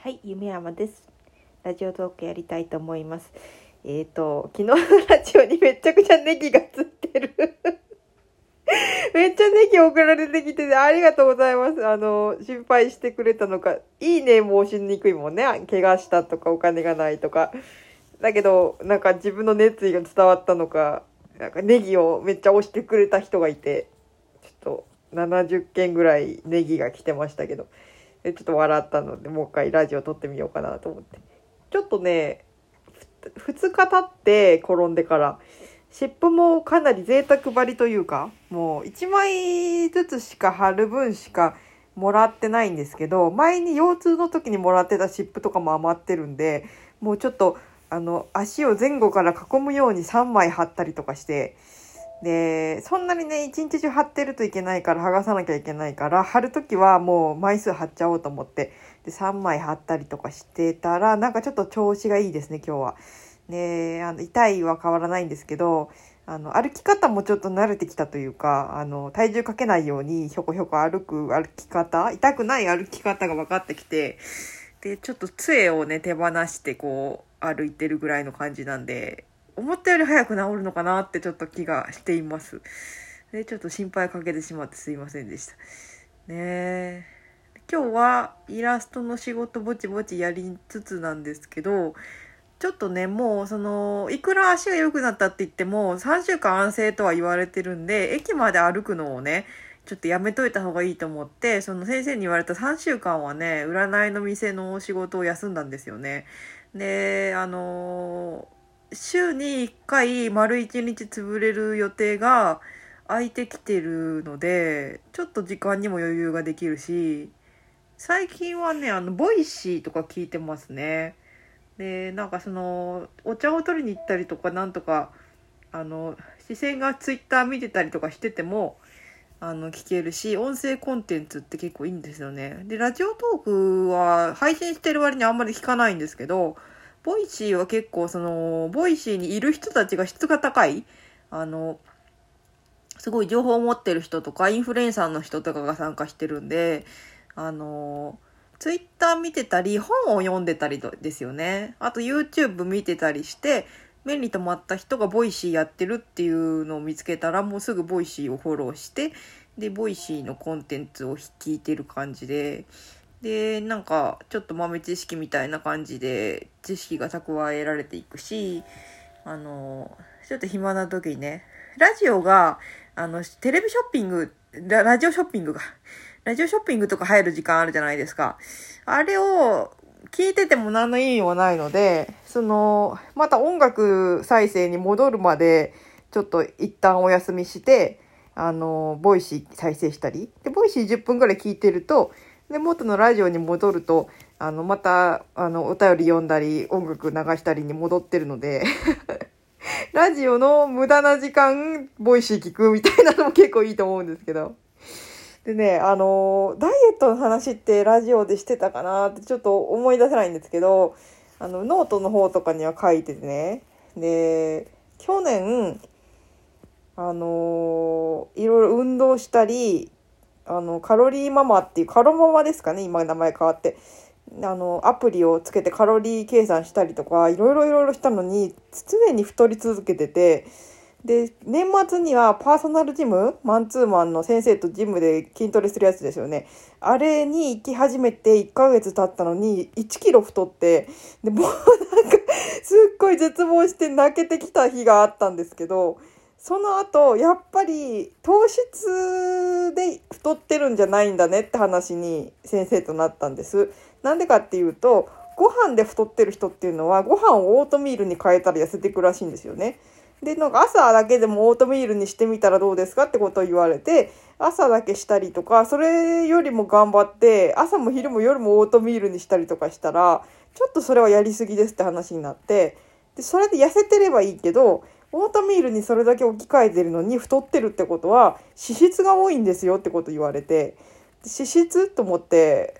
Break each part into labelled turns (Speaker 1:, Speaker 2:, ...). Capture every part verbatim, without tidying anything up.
Speaker 1: はい、夢山です。ラジオトークやりたいと思います。えっ、ー、と、昨日のラジオにめちゃくちゃネギがついてる。めっちゃネギ送られてきてて、ありがとうございます。あの、心配してくれたのか。いいねも押しにくいもんね。怪我したとかお金がないとか。だけど、なんか自分の熱意が伝わったのか、なんかネギをめっちゃ押してくれた人がいて、ちょっとななじゅっけんぐらいネギが来てましたけど。でちょっと笑ったのでもう一回ラジオ撮ってみようかなと思って、ちょっとねふつか経って転んでから湿布もかなり贅沢張りというか、もういちまいずつしか貼る分しかもらってないんですけど、前に腰痛の時にもらってた湿布とかも余ってるんで、もうちょっとあの足を前後から囲むようにさんまい貼ったりとかして、でそんなにね一日中貼ってるといけないから剥がさなきゃいけないから、貼るときはもう枚数貼っちゃおうと思ってでさんまい貼ったりとかしてたら、なんかちょっと調子がいいですね今日は。であの痛いは変わらないんですけど、あの歩き方もちょっと慣れてきたというか、あの体重かけないようにひょこひょこ歩く歩き方、痛くない歩き方が分かってきて、でちょっと杖をね手放してこう歩いてるぐらいの感じなんで、思ったより早く治るのかなってちょっと気がしています。でちょっと心配かけてしまってすいませんでした。ね今日はイラストの仕事ぼちぼちやりつつなんですけど、ちょっとねもうそのいくら足が良くなったって言ってもさんしゅうかん安静とは言われてるんで、駅まで歩くのをねちょっとやめといた方がいいと思って、その先生に言われたさんしゅうかんはね占いの店の仕事を休んだんですよね。であのー週にいっかい丸いちにち潰れる予定が空いてきてるので、ちょっと時間にも余裕ができるし、最近はねあのボイシーとか聞いてますね。でなんかそのお茶を取りに行ったりとか、なんとかあの視線がツイッター見てたりとかしててもあの聞けるし、音声コンテンツって結構いいんですよね。でラジオトークは配信してる割にあんまり聞かないんですけど、ボイシーは結構そのボイシーにいる人たちが質が高い、あのすごい情報を持ってる人とかインフルエンサーの人とかが参加してるんで、あのツイッター見てたり本を読んでたりですよね。あと YouTube 見てたりして目に留まった人がボイシーやってるっていうのを見つけたら、もうすぐボイシーをフォローして、でボイシーのコンテンツを聞いてる感じで、でなんかちょっと豆知識みたいな感じで知識が蓄えられていくし、あのちょっと暇な時にねラジオがあのテレビショッピングラ、ラジオショッピングがラジオショッピングとか入る時間あるじゃないですか。あれを聞いてても何の意味もないので、そのまた音楽再生に戻るまでちょっと一旦お休みして、あのボイシー再生したりで、ボイシーじゅっぷんぐらい聞いてると、で元のラジオに戻るとあのまたあのお便り読んだり音楽流したりに戻ってるのでラジオの無駄な時間ボイシー聞くみたいなのも結構いいと思うんですけど、でねあのダイエットの話ってラジオでしてたかなってちょっと思い出せないんですけど、あのノートの方とかには書いててね、で去年あのいろいろ運動したり、あのカロリーママっていうカロママですかね、今名前変わって、あのアプリをつけてカロリー計算したりとかいろいろいろいろしたのに常に太り続けてて、で年末にはパーソナルジムマンツーマンの先生とジムで筋トレするやつですよね、あれに行き始めていっかげつ経ったのにいちキロ太って、でもうなんかすっごい絶望して泣けてきた日があったんですけど、その後やっぱり糖質で太ってるんじゃないんだねって話に先生となったんです。なんでかっていうと、ご飯で太ってる人っていうのはご飯をオートミールに変えたら痩せていくらしいんですよね。でなんか朝だけでもオートミールにしてみたらどうですかってことを言われて、朝だけしたりとか、それよりも頑張って朝も昼も夜もオートミールにしたりとかしたら、ちょっとそれはやりすぎですって話になって、でそれで痩せてればいいけどオートミールにそれだけ置き換えてるのに太ってるってことは脂質が多いんですよってこと言われて、脂質と思って、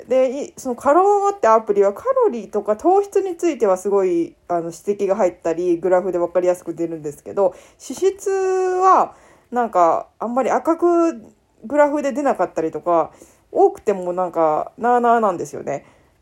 Speaker 1: でそのカロママってアプリはカロリーとか糖質についてはすごいあの指摘が入ったりグラフで分かりやすく出るんですけど、脂質はなんかあんまり赤くグラフで出なかったりとか、多くてもなんかなあなあなんですよね。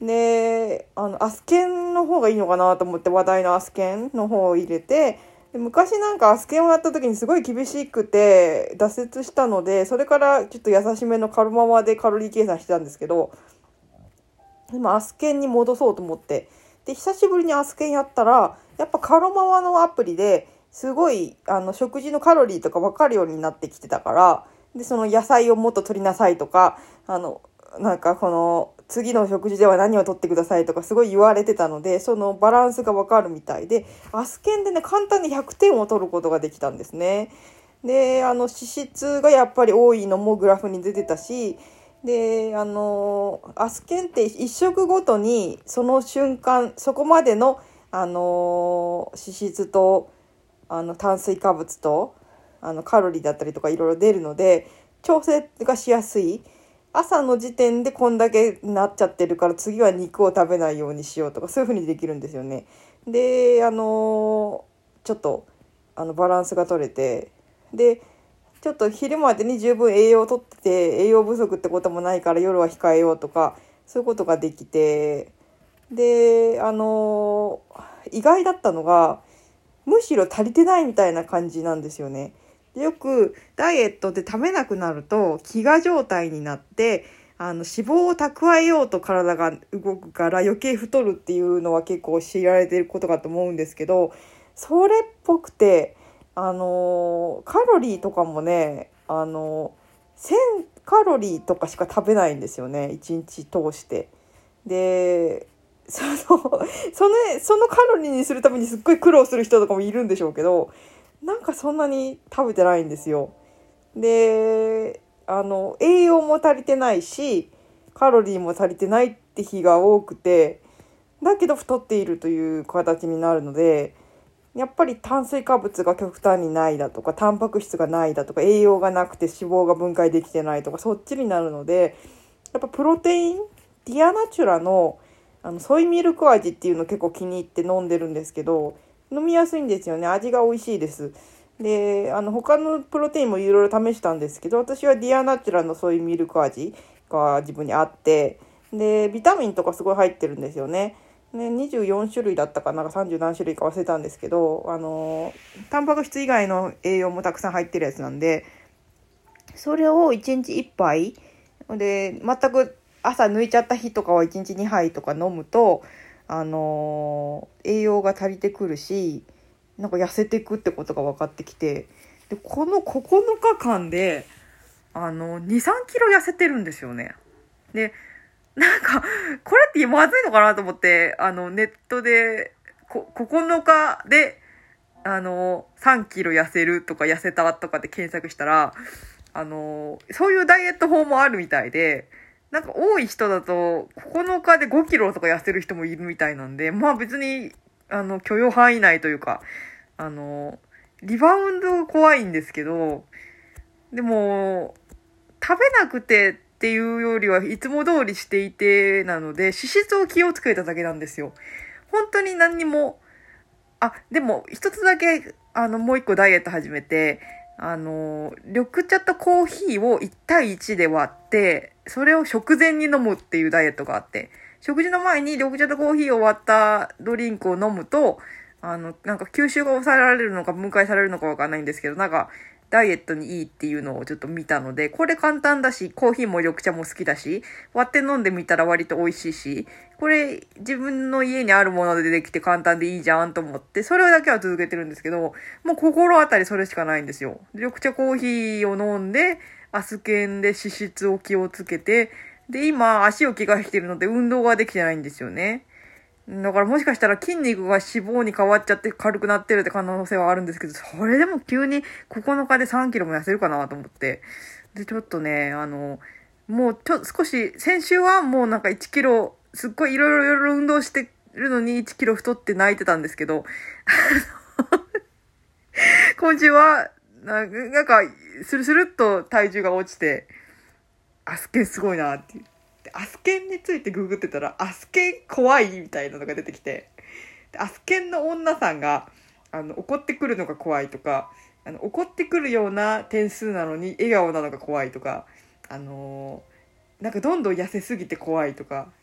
Speaker 1: で、あの、アスケンの方がいいのかなと思って話題のアスケンの方を入れて、で昔なんかアスケンをやった時にすごい厳しくて挫折したので、それからちょっと優しめのカルママでカロリー計算してたんですけど、今アスケンに戻そうと思って、で、久しぶりにアスケンやったら、やっぱカロママのアプリですごい、あの、食事のカロリーとか分かるようになってきてたから、で、その野菜をもっと取りなさいとか、あの、なんかこの、次の食事では何を取ってくださいとかすごい言われてたので、そのバランスが分かるみたいで、アスケンでね、簡単にひゃくてんを取ることができたんですね。で、あの、脂質がやっぱり多いのもグラフに出てたし、で、あの、アスケンって一食ごとにその瞬間、そこまでの、あの、脂質と、あの、炭水化物と、あの、カロリーだったりとかいろいろ出るので、調整がしやすい。朝の時点でこんだけなっちゃってるから次は肉を食べないようにしようとかそういう風にできるんですよね。で、あのちょっとあのバランスが取れて、でちょっと昼までに十分栄養をとってて栄養不足ってこともないから夜は控えようとかそういうことができて、であの意外だったのがむしろ足りてないみたいな感じなんですよね。でよくダイエットで食べなくなると飢餓状態になってあの脂肪を蓄えようと体が動くから余計太るっていうのは結構知られていることかと思うんですけど、それっぽくてあのカロリーとかもね、あのせんカロリーとかしか食べないんですよね、いちにち通して。でそのそのそのカロリーにするためにすっごい苦労する人とかもいるんでしょうけど、なんかそんなに食べてないんですよ。で、あの、栄養も足りてないし、カロリーも足りてないって日が多くて、だけど太っているという形になるので、やっぱり炭水化物が極端にないだとか、タンパク質がないだとか、栄養がなくて脂肪が分解できてないとか、そっちになるので、やっぱプロテイン、ディアナチュラの、あのソイミルク味っていうの結構気に入って飲んでるんですけど、飲みやすいんですよね。味が美味しいです。で、あの他のプロテインもいろいろ試したんですけど、私はディアナチュラのソイミルク味が自分にあって、でビタミンとかすごい入ってるんですよね。ね、にじゅうよん種類だったかなんかさんじゅう何種類か忘れたんですけど、あのタンパク質以外の栄養もたくさん入ってるやつなんで、それをいちにちいっぱいで全く朝抜いちゃった日とかはいちにちにはいとか飲むと、あのー、栄養が足りてくるし、なんか痩せていくってことが分かってきて、でこのここのかかんであのに、さんキロ痩せてるんですよね。でなんかこれってまずいのかなと思って、あのネットでこここのかであのさんキロ痩せるとか痩せたとかで検索したら、あのそういうダイエット法もあるみたいで、なんか多い人だとここのかでごキロとか痩せる人もいるみたいなんで、まあ別にあの許容範囲内というか、あのリバウンドが怖いんですけど、でも食べなくてっていうよりはいつも通りしていてなので、脂質を気をつけただけなんですよ。本当に何にも。あ、でも一つだけあのもう一個ダイエット始めて、あの緑茶とコーヒーをいち対いちで割ってそれを食前に飲むっていうダイエットがあって、食事の前に緑茶とコーヒーを割ったドリンクを飲むと、あのなんか吸収が抑えられるのか分解されるのかわかんないんですけど、なんかダイエットにいいっていうのをちょっと見たので、これ簡単だし、コーヒーも緑茶も好きだし、割って飲んでみたら割と美味しいし、これ自分の家にあるものでできて簡単でいいじゃんと思って、それだけは続けてるんですけど、もう心当たりそれしかないんですよ。緑茶コーヒーを飲んで、アスケンで脂質を気をつけて、で、今足を怪我してるので運動ができてないんですよね。だからもしかしたら筋肉が脂肪に変わっちゃって軽くなってるって可能性はあるんですけど、それでも急にここのかでさんキロも痩せるかなと思って。で、ちょっとね、あの、もうちょっと少し、先週はもうなんかいちキロ、すっごいいろいろいろいろ運動してるのにいちキロ太って泣いてたんですけど、今週はな、なんか、スルスルっと体重が落ちて、アスケンすごいなっていう。アスケンについてググってたら、アスケン怖いみたいなのが出てきて、アスケンの女さんがあの怒ってくるのが怖いとか、あの怒ってくるような点数なのに笑顔なのが怖いとか、あのー、なんかどんどん痩せすぎて怖いとか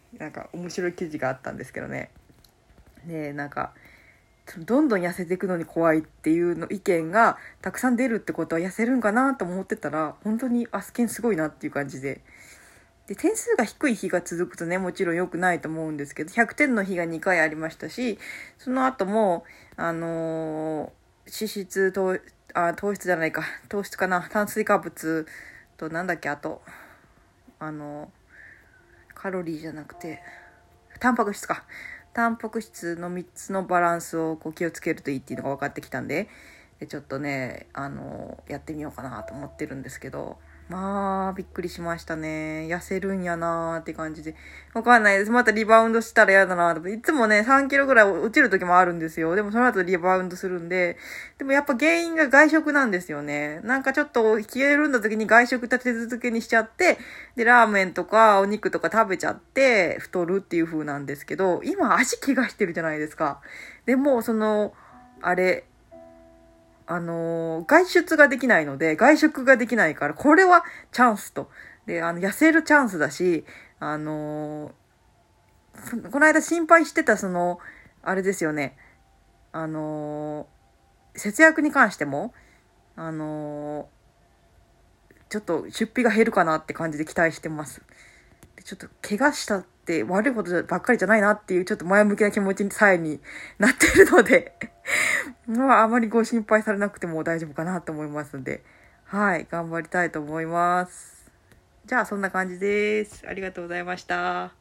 Speaker 1: なんか面白い記事があったんですけどね。で、なんか、どんどん痩せていくのに怖いっていうの意見がたくさん出るってことは痩せるんかなと思ってたら、本当にアスケンすごいなっていう感じで。で、点数が低い日が続くとね、もちろん良くないと思うんですけど、ひゃくてんの日がにかいありましたし、その後も、あのー脂質糖、あ、糖質じゃないか、糖質かな、炭水化物となんだっけ、あと、あのーカロリーじゃなくて、タンパク質か。タンパク質のみっつのバランスをこう気をつけるといいっていうのが分かってきたんで、でちょっとね、あのーやってみようかなと思ってるんですけど、まあ、びっくりしましたね。痩せるんやなーって感じで。わかんないです。またリバウンドしたら嫌だなーと。いつもね、さんキロぐらい落ちる時もあるんですよ。でもその後リバウンドするんで。でもやっぱ原因が外食なんですよね。なんかちょっと消えるんだ時に外食立て続けにしちゃって、で、ラーメンとかお肉とか食べちゃって太るっていう風なんですけど、今足怪我してるじゃないですか。でも、その、あれ、あのー、外出ができないので、外食ができないから、これはチャンスと。で、あの、痩せるチャンスだし、あのー、この間心配してた、その、あれですよね。あのー、節約に関しても、あのー、ちょっと出費が減るかなって感じで期待してます。でちょっと怪我したって悪いことばっかりじゃないなっていう、ちょっと前向きな気持ちにさえになってるので、まあ、あまりご心配されなくても大丈夫かなと思いますので、はい、頑張りたいと思います。じゃあ、そんな感じです。ありがとうございました。